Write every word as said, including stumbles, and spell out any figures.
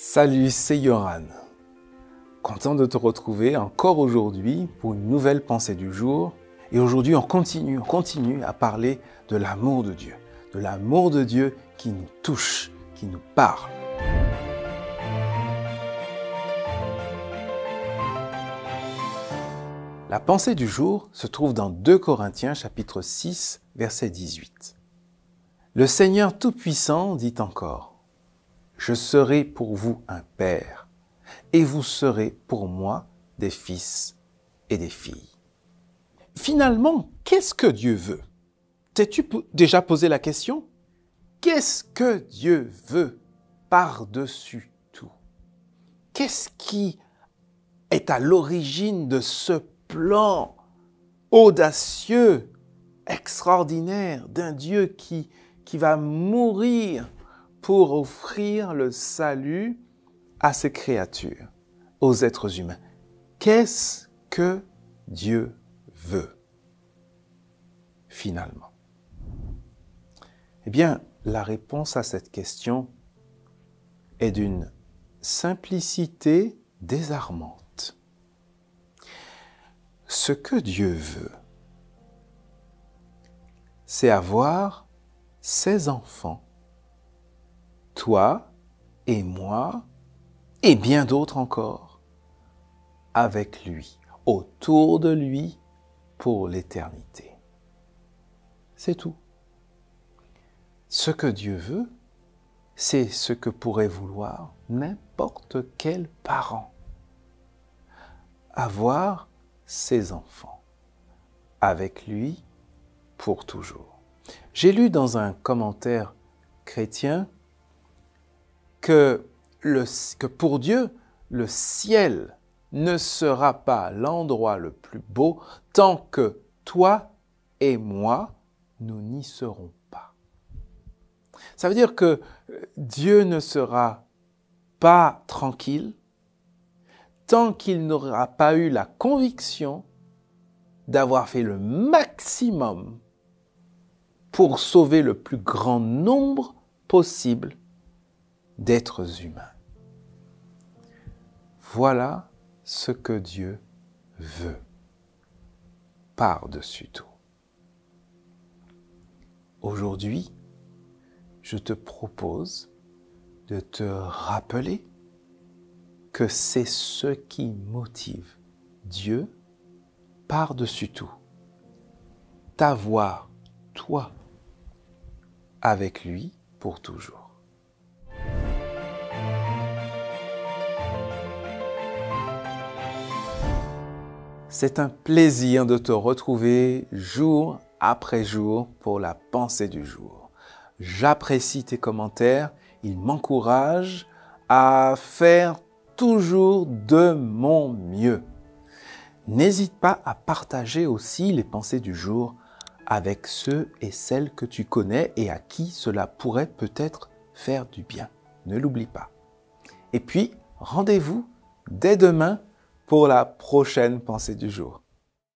Salut, c'est Yoran. Content de te retrouver encore aujourd'hui pour une nouvelle pensée du jour. Et aujourd'hui, on continue, on continue à parler de l'amour de Dieu. De l'amour de Dieu qui nous touche, qui nous parle. La pensée du jour se trouve dans deux Corinthiens chapitre six, verset dix-huit. Le Seigneur Tout-Puissant dit encore: « Je serai pour vous un père, et vous serez pour moi des fils et des filles. » Finalement, qu'est-ce que Dieu veut? T'es-tu déjà posé la question? Qu'est-ce que Dieu veut par-dessus tout? Qu'est-ce qui est à l'origine de ce plan audacieux, extraordinaire d'un Dieu qui, qui va mourir pour offrir le salut à ses créatures, aux êtres humains? Qu'est-ce que Dieu veut finalement? Eh bien, la réponse à cette question est d'une simplicité désarmante. Ce que Dieu veut, c'est avoir ses enfants, toi et moi, et bien d'autres encore, avec lui, autour de lui, pour l'éternité. C'est tout. Ce que Dieu veut, c'est ce que pourrait vouloir n'importe quel parent. Avoir ses enfants avec lui pour toujours. J'ai lu dans un commentaire chrétien que, le, que pour Dieu, le ciel ne sera pas l'endroit le plus beau tant que toi et moi, nous n'y serons pas. Ça veut dire que Dieu ne sera pas tranquille tant qu'il n'aura pas eu la conviction d'avoir fait le maximum pour sauver le plus grand nombre possible d'êtres humains. Voilà ce que Dieu veut par-dessus tout. Aujourd'hui, je te propose de te rappeler que c'est ce qui motive Dieu par-dessus tout. T'avoir, toi, avec lui pour toujours. C'est un plaisir de te retrouver jour après jour pour la pensée du jour. J'apprécie tes commentaires, ils m'encouragent à faire toujours de mon mieux. N'hésite pas à partager aussi les pensées du jour avec ceux et celles que tu connais et à qui cela pourrait peut-être faire du bien. Ne l'oublie pas. Et puis, rendez-vous dès demain pour la prochaine pensée du jour.